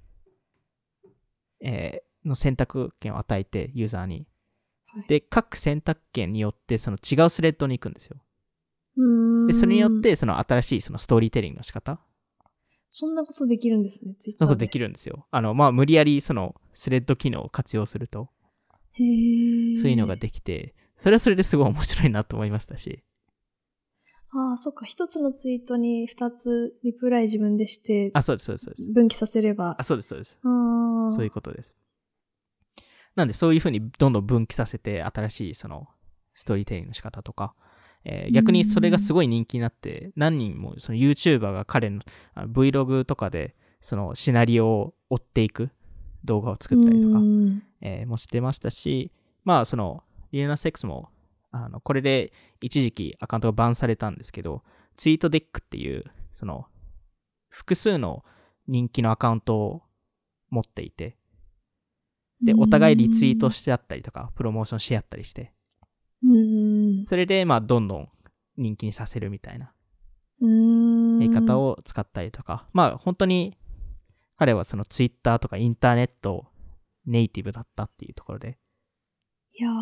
えー、の選択権を与えて、ユーザーに。はい、で、各選択権によって、その違うスレッドに行くんですよ。で、それによって、その新しいそのストーリーテリングの仕方。 そんなことできるんですね、ツイッターで。 そんなことできるんですよ。あの、まあ、無理やりそのスレッド機能を活用すると、 へー、 そういうのができて、それはそれですごい面白いなと思いましたし。 ああ、そっか。一つのツイートに二つリプライ自分でして、 あ、そうです、そうです、そうです。 分岐させれば。 あ、そうです、そうです。 あそういうことです。なんで、そういうふうにどんどん分岐させて、新しいそのストーリーテリングの仕方とか、えー、逆にそれがすごい人気になって、何人もその YouTuber が彼の、あの Vlog とかで、そのシナリオを追っていく動画を作ったりとか、えー、もしてましたし、まあ、その、リルナス X も、あの、これで一時期アカウントがバンされたんですけど、ツイートデックっていう、その、複数の人気のアカウントを持っていて、で、お互いリツイートしてあったりとか、プロモーションし合ったりして、それで、まあ、どんどん人気にさせるみたいな、やり方を使ったりとか、まあ、本当に、彼はそのツイッターとかインターネットネイティブだったっていうところで。 いや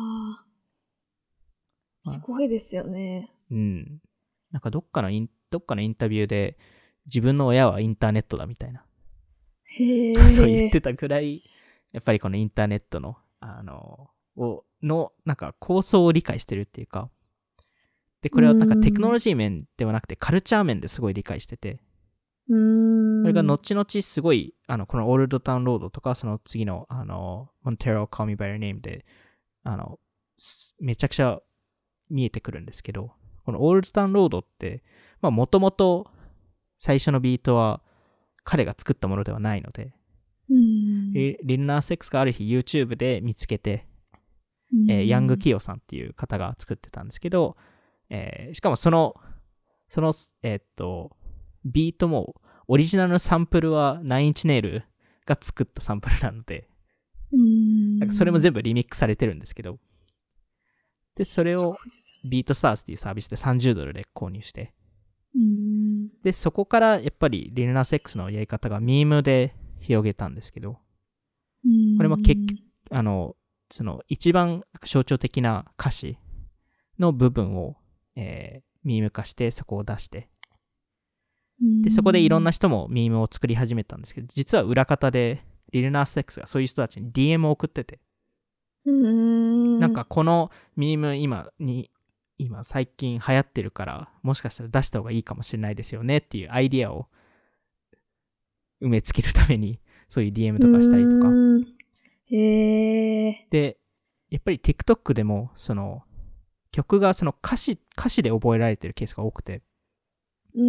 ー、すごいですよね。 うん。なんかどっかのイン、どっかのインタビューで、自分の親はインターネットだみたいな。 へー。 そう言ってたぐらい、やっぱりこのインターネットの、あの、を、の、なんか構想を理解してるっていうか、で、これはなんかテクノロジー面ではなくてカルチャー面ですごい理解してて、 うーん。 これが後々すごい、あの、このオールドタウンロードとか、その次の、あの、Montero Call Me By Your Name で、あの、めちゃくちゃ見えてくるんですけど、このオールドタウンロードって、まあ、もともと最初のビートは彼が作ったものではないので、 うん、 リルナース X がある日 YouTube で見つけて、うんえー、ヤングキヨさんっていう方が作ってたんですけど、えー、しかもその、その、えー、っと、ビートも、オリジナルのサンプルはナインインチネイルが作ったサンプルなので、 うんなんかそれも全部リミックスされてるんですけど、で、それをビートスターズっていうサービスでさんじゅうドルで購入して、 うんで、そこからやっぱりリルナス X のやり方がミームで広げたんですけど、これも結局、あの、その一番象徴的な歌詞の部分を、えー、ミーム化してそこを出して、で、そこでいろんな人もミームを作り始めたんですけど、実は裏方でリルナース X がそういう人たちに ディーエム を送ってて、 うんなんかこのミーム今に、今最近流行ってるから、もしかしたら出した方がいいかもしれないですよねっていうアイディアを埋め付けるために、そういう ディーエム とかしたりとか。 へー。 で、やっぱり TikTok でも、その、 曲がその歌詞、歌詞で覚えられてるケースが多くて。 うん。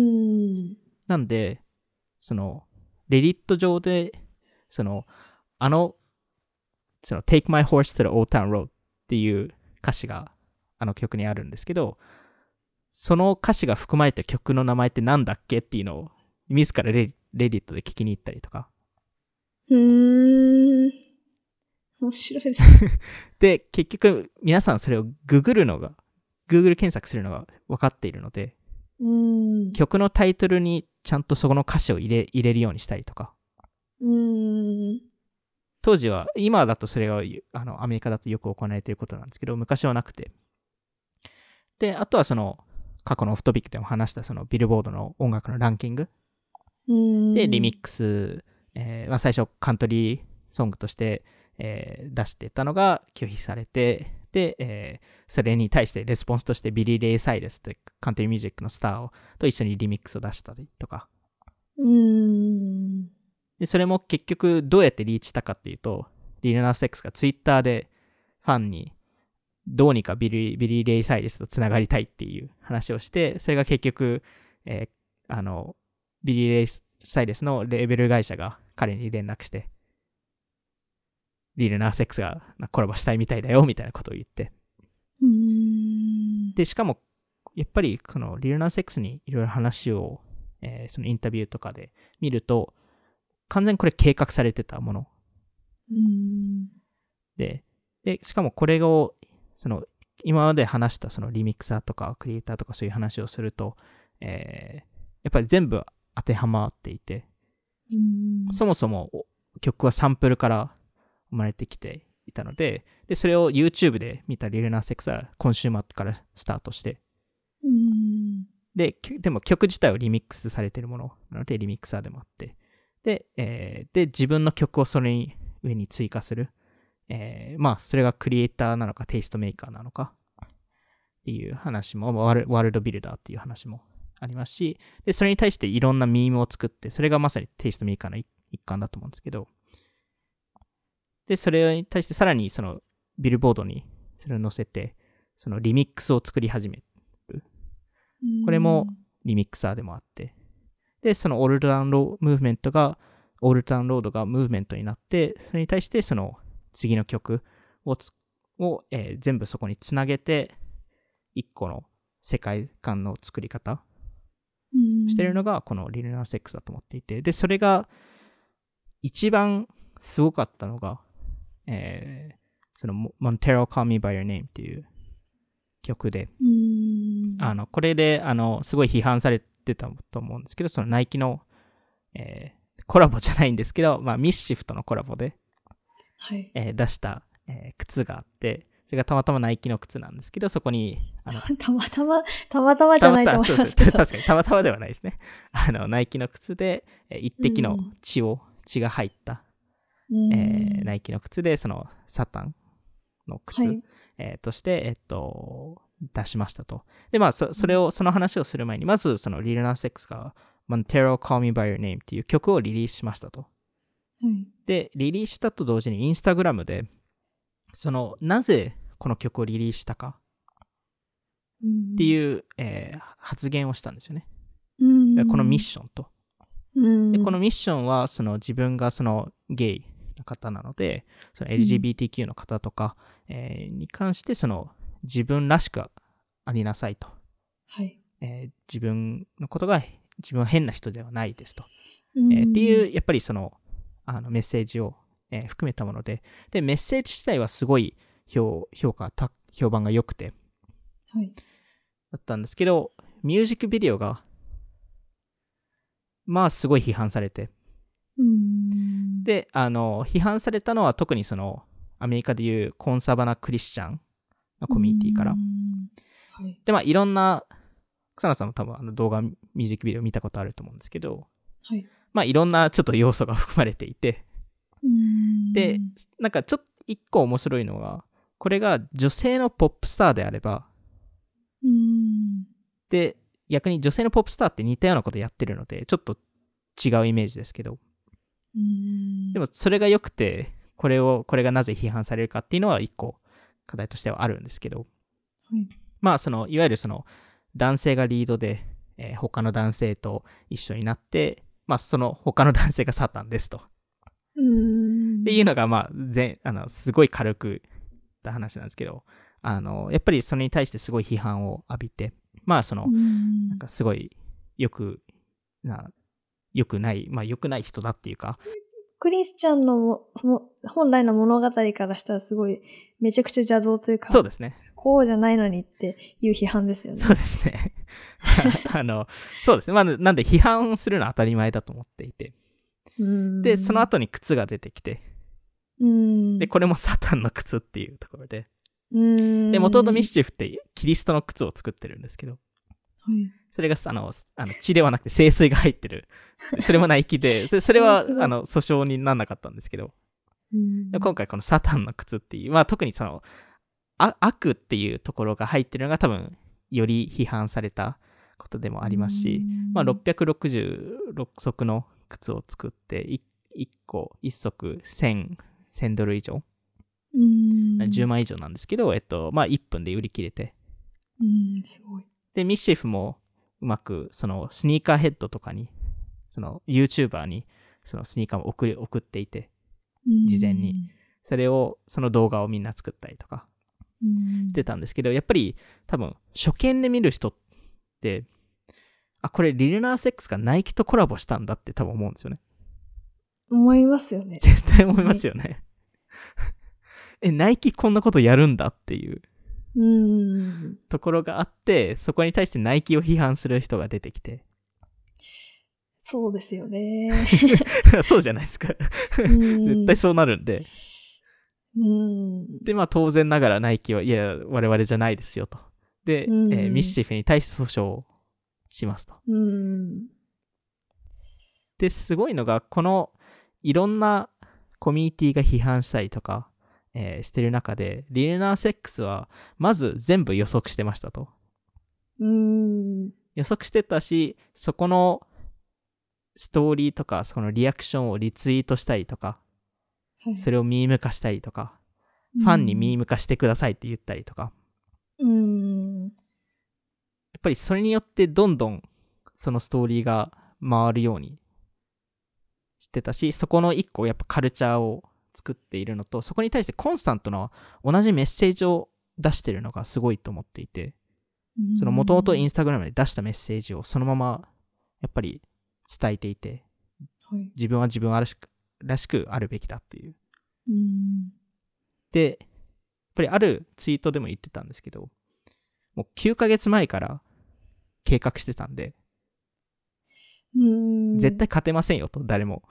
なんで、その、レディット上で、その、あの、その、Take My Horse to the Old Town Road っていう歌詞があの曲にあるんですけど、その歌詞が含まれた曲の名前ってなんだっけっていうのを、自らレレディットで聞きに行ったりとか。 うーん。面白いですね。 で、結局、皆さんそれをググるのが、Google 検索するのが分かっているので、 うん。 曲のタイトルにちゃんとそこの歌詞を入れ入れるようにしたりとか。 うん。 当時は、今だとそれがあのアメリカだとよく行われていることなんですけど、昔はなくて。で、あとはその、過去のオフトピックでも話したそのビルボードの音楽のランキング。 うん。 で、リミックス、えーまあ、最初カントリーソングとして、えー出してたのが拒否されて、で、えーそれに対してレスポンスとしてビリー・レイ・サイレスってカントリーミュージックのスターをと一緒にリミックスを出したりとか。 うん。 で、それも結局どうやってリーチしたかっていうと、リルナース X がツイッターでファンにどうにかビリー・ビリーレイ・サイレスとつながりたいっていう話をして、それが結局、えーあの、ビリー・レイ・サイレスのレーベル会社が彼に連絡して、リルナース X がコラボしたいみたいだよみたいなことを言って。 うん。 で、しかも、やっぱりこのリルナース X にいろいろ話を、えーそのインタビューとかで見ると、完全にこれ計画されてたもの。 うん。 で、でしかもこれを、その、今まで話したそのリミックサーとかクリエイターとかそういう話をすると、えーやっぱり全部当てはまっていて、 うん。 そもそも曲はサンプルから生まれてきていたので、で、それを YouTube で見たリルナース X はコンシューマーからスタートして、 うん。 で、でも曲自体はリミックスされているものなのでリミックサーでもあって、で、えーで、自分の曲をそれに上に追加する。えーまあ、それがクリエイターなのかテイストメーカーなのかっていう話も、ワールワールドビルダーっていう話もありますし、で、それに対していろんなミームを作って、それがまさにテイストメーカーの一環だと思うんですけど、で、それに対してさらにそのビルボードにそれを載せて、そのリミックスを作り始める。これもリミックサーでもあって、で、そのオールダウンロードムーブメントが、オールダウンロードがムーブメントになって、それに対してその次の曲をつを、えー全部そこにつなげて、一個の世界観の作り方してるのがこのリルナース X だと思っていて、で、それが一番すごかったのが、えーその Montero Call Me By Your Name っていう曲で、 うん。 あの、これで、あの、すごい批判されてたと思うんですけど、そのナイキの、えーコラボじゃないんですけど、まあ、ミッシフとのコラボで、 はい。 えー出した、えー靴があって、それがたまたまナイキの靴なんですけど、そこに、あの、 たまたま、たまたまじゃないと思いそうですますけど。 確かに、たまたまではないですね。あの、ナイキの靴で、えー一滴の血を、血が入った、 うんえーナイキの靴で、その、サタンの靴、 はい。 えーとして、えっと、出しましたと。で、まあ、そそれを、その話をする前に、まず、その、リルナース X が、Montero Call Me By Your Name っていう曲をリリースしましたと。 はい。 で、リリースしたと同時に、インスタグラムで、その、なぜこの曲をリリースしたかってういう、えー発言をしたんですよね。 ん。 このミッションと。 うん。 で、このミッションは、その自分がそのゲイの方なので、その エルジービーティーキュー の方とか、えーに関して、その自分らしくありなさいと。 はい。 えー自分のことが、自分は変な人ではないですと。 うんえーっていう、やっぱりその、あのメッセージを、えー含めたもので、で、メッセージ自体はすごい評評価、た評判が良くて、 はい。 だったんですけど、ミュージックビデオが、まあすごい批判されて、 うん。 で、あの、批判されたのは特にその、アメリカでいうコンサバなクリスチャンのコミュニティからう。んはい。 で、まあいろんな、草野さんも多分あの動画、ミュージックビデオ見たことあると思うんですけど、 はい。 まあいろんなちょっと要素が含まれていて、 うんで、なんかちょっと一個面白いのは、これが女性のポップスターであれば、 うん。 で、逆に女性のポップスターって似たようなことやってるので、ちょっと違うイメージですけど、 うん。 でもそれが良くて、これを、これがなぜ批判されるかっていうのは一個課題としてはあるんですけど、 はい。 まあそのいわゆるその男性がリードで、えー他の男性と一緒になって、まあその他の男性がサタンですと。 うーん。 っていうのがまあ全あのすごい軽く言った話なんですけど、あのやっぱりそれに対してすごい批判を浴びて、まあそのうーんなんかすごいよくな良くないまあ良くない人だっていうか、 クリスチャンのもも本来の物語からしたらすごいめちゃくちゃ邪道というか、 そうですね。 こうじゃないのにっていう批判ですよね。 そうですね。あのそうですね。まあなんで批判するのは当たり前だと思っていて、 うーんでその後に靴が出てきて、 うーんでこれもサタンの靴っていうところで、 うーんで元々ミッシェフってキリストの靴を作ってるんですけど、 はいそれがあのあの血ではなくて聖水が入ってる、それもナイキで、でそれはすごいあの訴訟にならなかったんですけど、 うんで今回このサタンの靴っていう、まあ特にそのあ悪っていうところが入ってるのが多分より批判されたことでもありますし、まあろっぴゃくろくじゅうろく足の靴を作っていいっこいっ足せんドル以上、 うんじゅうまん以上なんですけど、えっとまあいっぷんで売り切れて、 うんすごいでミッシェフもうまくそのスニーカーヘッドとかにその YouTuber にそのスニーカーを送り送っていて、事前にそれをその動画をみんな作ったりとかうんしてたんですけど、やっぱり多分初見で見る人ってあこれリルナース X がナイキとコラボしたんだって多分思うんですよね。 思いますよね。 絶対思いますよね。えナイキこんなことやるんだっていううんところがあって、そこに対してナイキを批判する人が出てきてそうですよね。 そうじゃないですか。 うん絶対そうなるんで、 うんでまあ当然ながらナイキはいや我々じゃないですよと、で、 うんえーミッシェフに対して訴訟をしますと。 うんですごいのがこのいろんなコミュニティが批判したりとか、えーしてる中でリルナース X はまず全部予測してましたと。 うん予測してたし、そこのストーリーとかそのリアクションをリツイートしたりとか、 はいそれをミーム化したりとか、ファンにミーム化してくださいって言ったりとか、 うんやっぱりそれによってどんどんそのストーリーが回るようにしてたし、そこの一個やっぱカルチャーを作っているのと、そこに対してコンスタントな同じメッセージを出してるのがすごいと思っていて、その元々インスタグラムで出したメッセージをそのままやっぱり伝えていて、 はい自分は自分らしくらしくあるべきだという。 うんで、やっぱりあるツイートでも言ってたんですけど、もうきゅうかげつまえから計画してたんで、 うん絶対勝てませんよと、誰も。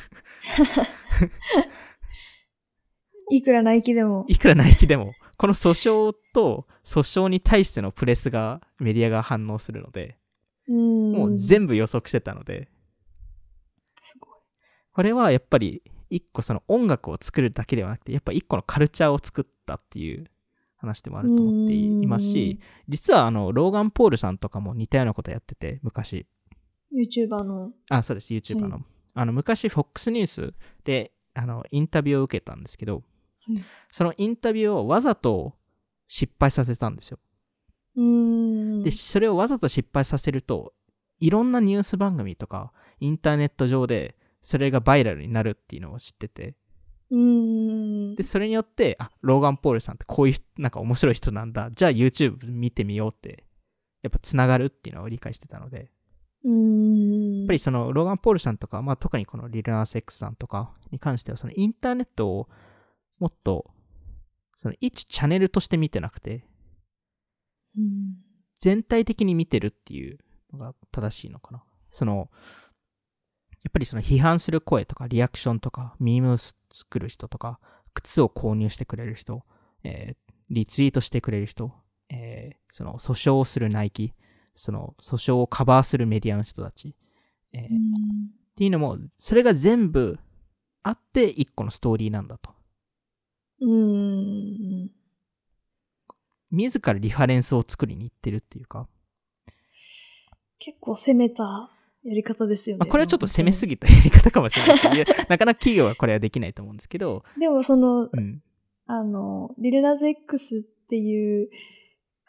いくらナイキでもいくらナイキでも、この訴訟と訴訟に対してのプレスが、メディアが反応するので、 うんもう全部予測してたので、 すごいこれはやっぱり一個その音楽を作るだけではなくて、やっぱ一個のカルチャーを作ったっていう話でもあると思っていますし、実はあのローガン・ポールさんとかも似たようなことやってて、昔。 YouTuber のあ、そうです、YouTuber の。はい、あの昔、FOX ニュースであのインタビューを受けたんですけど、 はい、 そのインタビューをわざと失敗させたんですよ。 うーんで、それをわざと失敗させると、いろんなニュース番組とか、インターネット上で、それがバイラルになるっていうのを知ってて、 うーんで、それによって、あ、ローガン・ポールさんってこういう、なんか面白い人なんだ、じゃあ YouTube 見てみようって、やっぱつながるっていうのを理解してたので、 うーんやっぱりそのローガン・ポールさんとか、まあ特にこのリルナース X さんとかに関しては、そのインターネットをもっと、その一チャンネルとして見てなくて、 うん全体的に見てるっていうのが正しいのかな。その、やっぱりその批判する声とかリアクションとかミームを作る人とか靴を購入してくれる人、えー、リツイートしてくれる人、えー、その訴訟をするナイキ、その訴訟をカバーするメディアの人たち、えー、っていうのもそれが全部あって一個のストーリーなんだと。 うーん自らリファレンスを作りに行ってるっていうか、 結構攻めたやり方ですよね。 まあ、これはちょっと攻めすぎたやり方かもしれないですけど、なかなか企業はこれはできないと思うんですけど、 でもその、 うん、 あの、リルナズ X っていう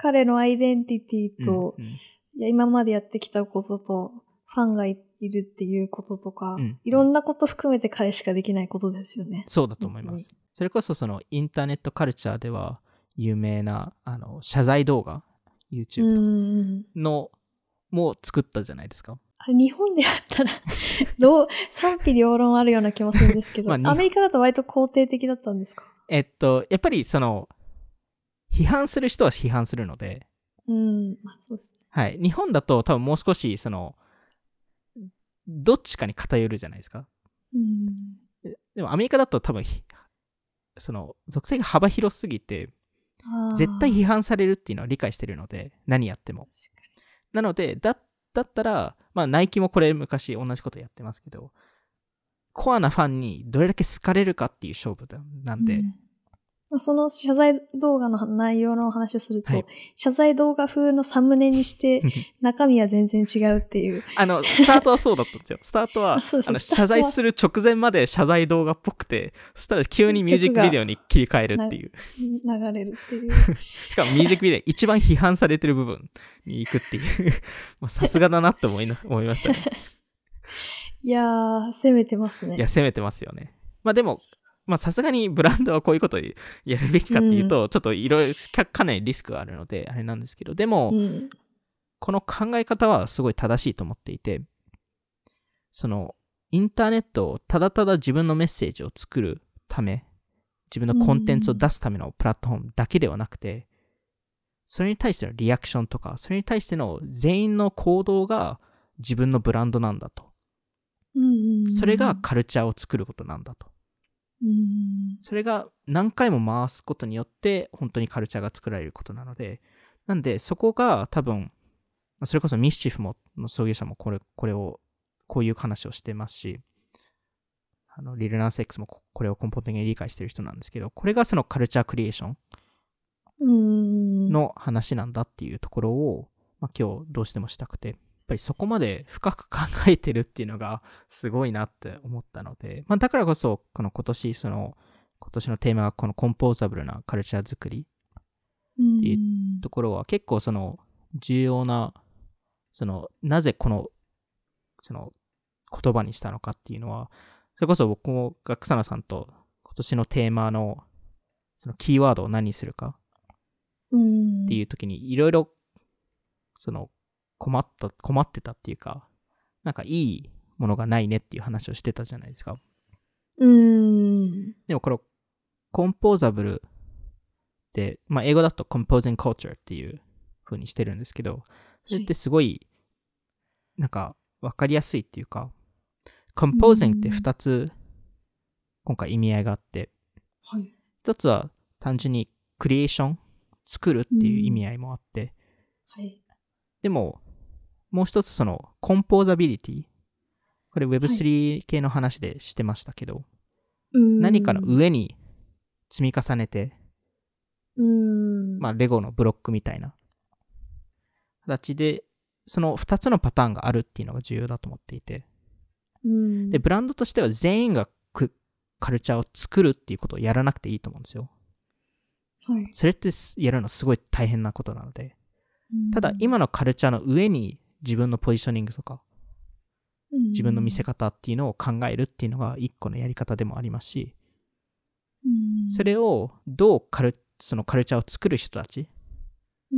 彼のアイデンティティと、 うんうん、 いや今までやってきたことと、ファンがいるっていうこととか、 うんうん、 いろんなこと含めて彼しかできないことですよね。 そうだと思います。それこそそのインターネットカルチャーでは有名なあの謝罪動画、YouTube とかのも作ったじゃないですか。 あれ日本でやったらどう賛否両論あるような気もするんですけど、まあ、アメリカだと割と肯定的だったんですか？ えっとやっぱりその批判する人は批判するので、 うん、まあそうですね。 はい、日本だと多分もう少しそのどっちかに偏るじゃないですか。 うん、 でもアメリカだと多分その属性が幅広すぎて絶対批判されるっていうのは理解してるので、何やっても。なのでだだったら、まあ、ナイキもこれ昔同じことやってますけど、コアなファンにどれだけ好かれるかっていう勝負なんで、 うん、その謝罪動画の内容の話をすると、はい、謝罪動画風のサムネにして中身は全然違うっていうあのスタートはそうだったんですよ。スタートはあの謝罪する直前まで謝罪動画っぽくて、そしたら急にミュージックビデオに切り替えるっていう流れるっていうしかもミュージックビデオ一番批判されてる部分に行くっていうさすがだなって思いな思いましたね。 いやー攻めてますね。 いや攻めてますよね。まあでもまあさすがにブランドはこういうことをやるべきかっていうと、うん、ちょっといろいろかなりリスクがあるのであれなんですけど、でも、うん、この考え方はすごい正しいと思っていて、そのインターネットをただただ自分のメッセージを作るため、自分のコンテンツを出すためのプラットフォームだけではなくて、それに対してのリアクションとか、それに対しての全員の行動が自分のブランドなんだと、 うん、 それがカルチャーを作ることなんだと、 うん、 それが何回も回すことによって本当にカルチャーが作られることなので、なんでそこが多分それこそミッシフもの創業者もこれこれをこういう話をしてますし、あのリルナース X もこれを根本的に理解している人なんですけど、これがそのカルチャークリエーションの話なんだっていうところを、まあ、今日どうしてもしたくて、やっぱりそこまで深く考えてるっていうのがすごいなって思ったので、まあ、だからこそこの今年その今年のテーマがこのコンポーザブルなカルチャー作りっていうところは結構その重要な、そのなぜこのその言葉にしたのかっていうのは、それこそ僕も草野さんと今年のテーマのそのキーワードを何にするかっていう時にいろいろその困った困ってたっていうか、なんかいいものがないねっていう話をしてたじゃないですか。 うーん。 でもこれコンポーザブルって、まあ英語だと composing culture っていう風にしてるんですけど、それってすごいなんか分かりやすいっていうか、composing ってふたつ今回意味合いがあって、 はい、 ひとつは単純にクリエーション、作るっていう意味合いもあって、 はい、 でももう一つそのコンポーザビリティ、これ ウェブスリー 系の話でしてましたけど、はい、何かの上に積み重ねて、 うーん、 まあレゴのブロックみたいな形でそのふたつのパターンがあるっていうのが重要だと思っていて、 うん、 でブランドとしては全員がカルチャーを作るっていうことをやらなくていいと思うんですよ。 はい、 それってやるのすごい大変なことなので、うん、ただ今のカルチャーの上に自分のポジショニングとか、うん、自分の見せ方っていうのを考えるっていうのが一個のやり方でもありますし、うん、それをどうカルそのカルチャーを作る人たち、うん、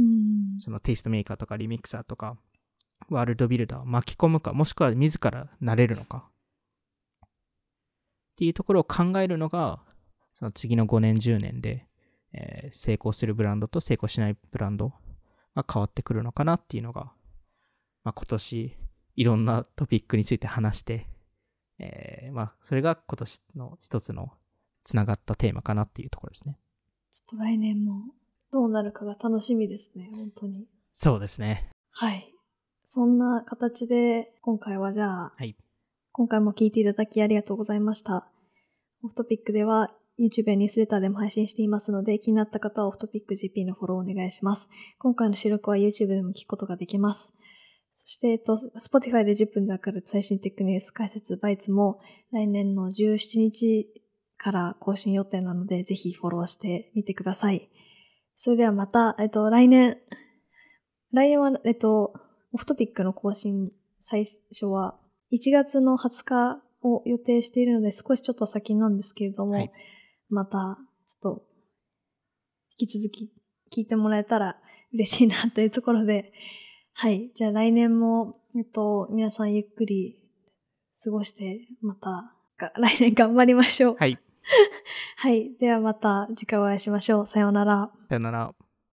そのテイストメーカーとかリミクサーとかワールドビルダーを巻き込むか、もしくは自らなれるのかっていうところを考えるのが、その次のごねんじゅうねんで、えー、成功するブランドと成功しないブランドが変わってくるのかなっていうのが、まあ、今年いろんなトピックについて話して、えー、まあそれが今年の一つのつながったテーマかなっていうところですね。 ちょっと来年もどうなるかが楽しみですね、本当に。 そうですね。 はい。そんな形で今回はじゃあ、 はい、 今回も聞いていただきありがとうございました。オフトピックでは YouTube やニュースレターでも配信していますので、気になった方はオフトピック ジーピー のフォローお願いします。今回の収録は YouTube でも聞くことができます。そして、えっと、Spotify でじゅっぷんでわかる最新テックニュース解説バイツも来年のじゅうしちにちから更新予定なので、ぜひフォローしてみてください。 それではまた、えっと、来年、来年は、えっと、オフトピックの更新、最初はいちがつのはつかを予定しているので、少しちょっと先なんですけれども、はい、また、ちょっと、引き続き聞いてもらえたら嬉しいなというところで、はい。じゃあ来年も、えっと、皆さんゆっくり過ごして、また、来年頑張りましょう。 はい。 はい。ではまた次回お会いしましょう。さようなら。 さようなら。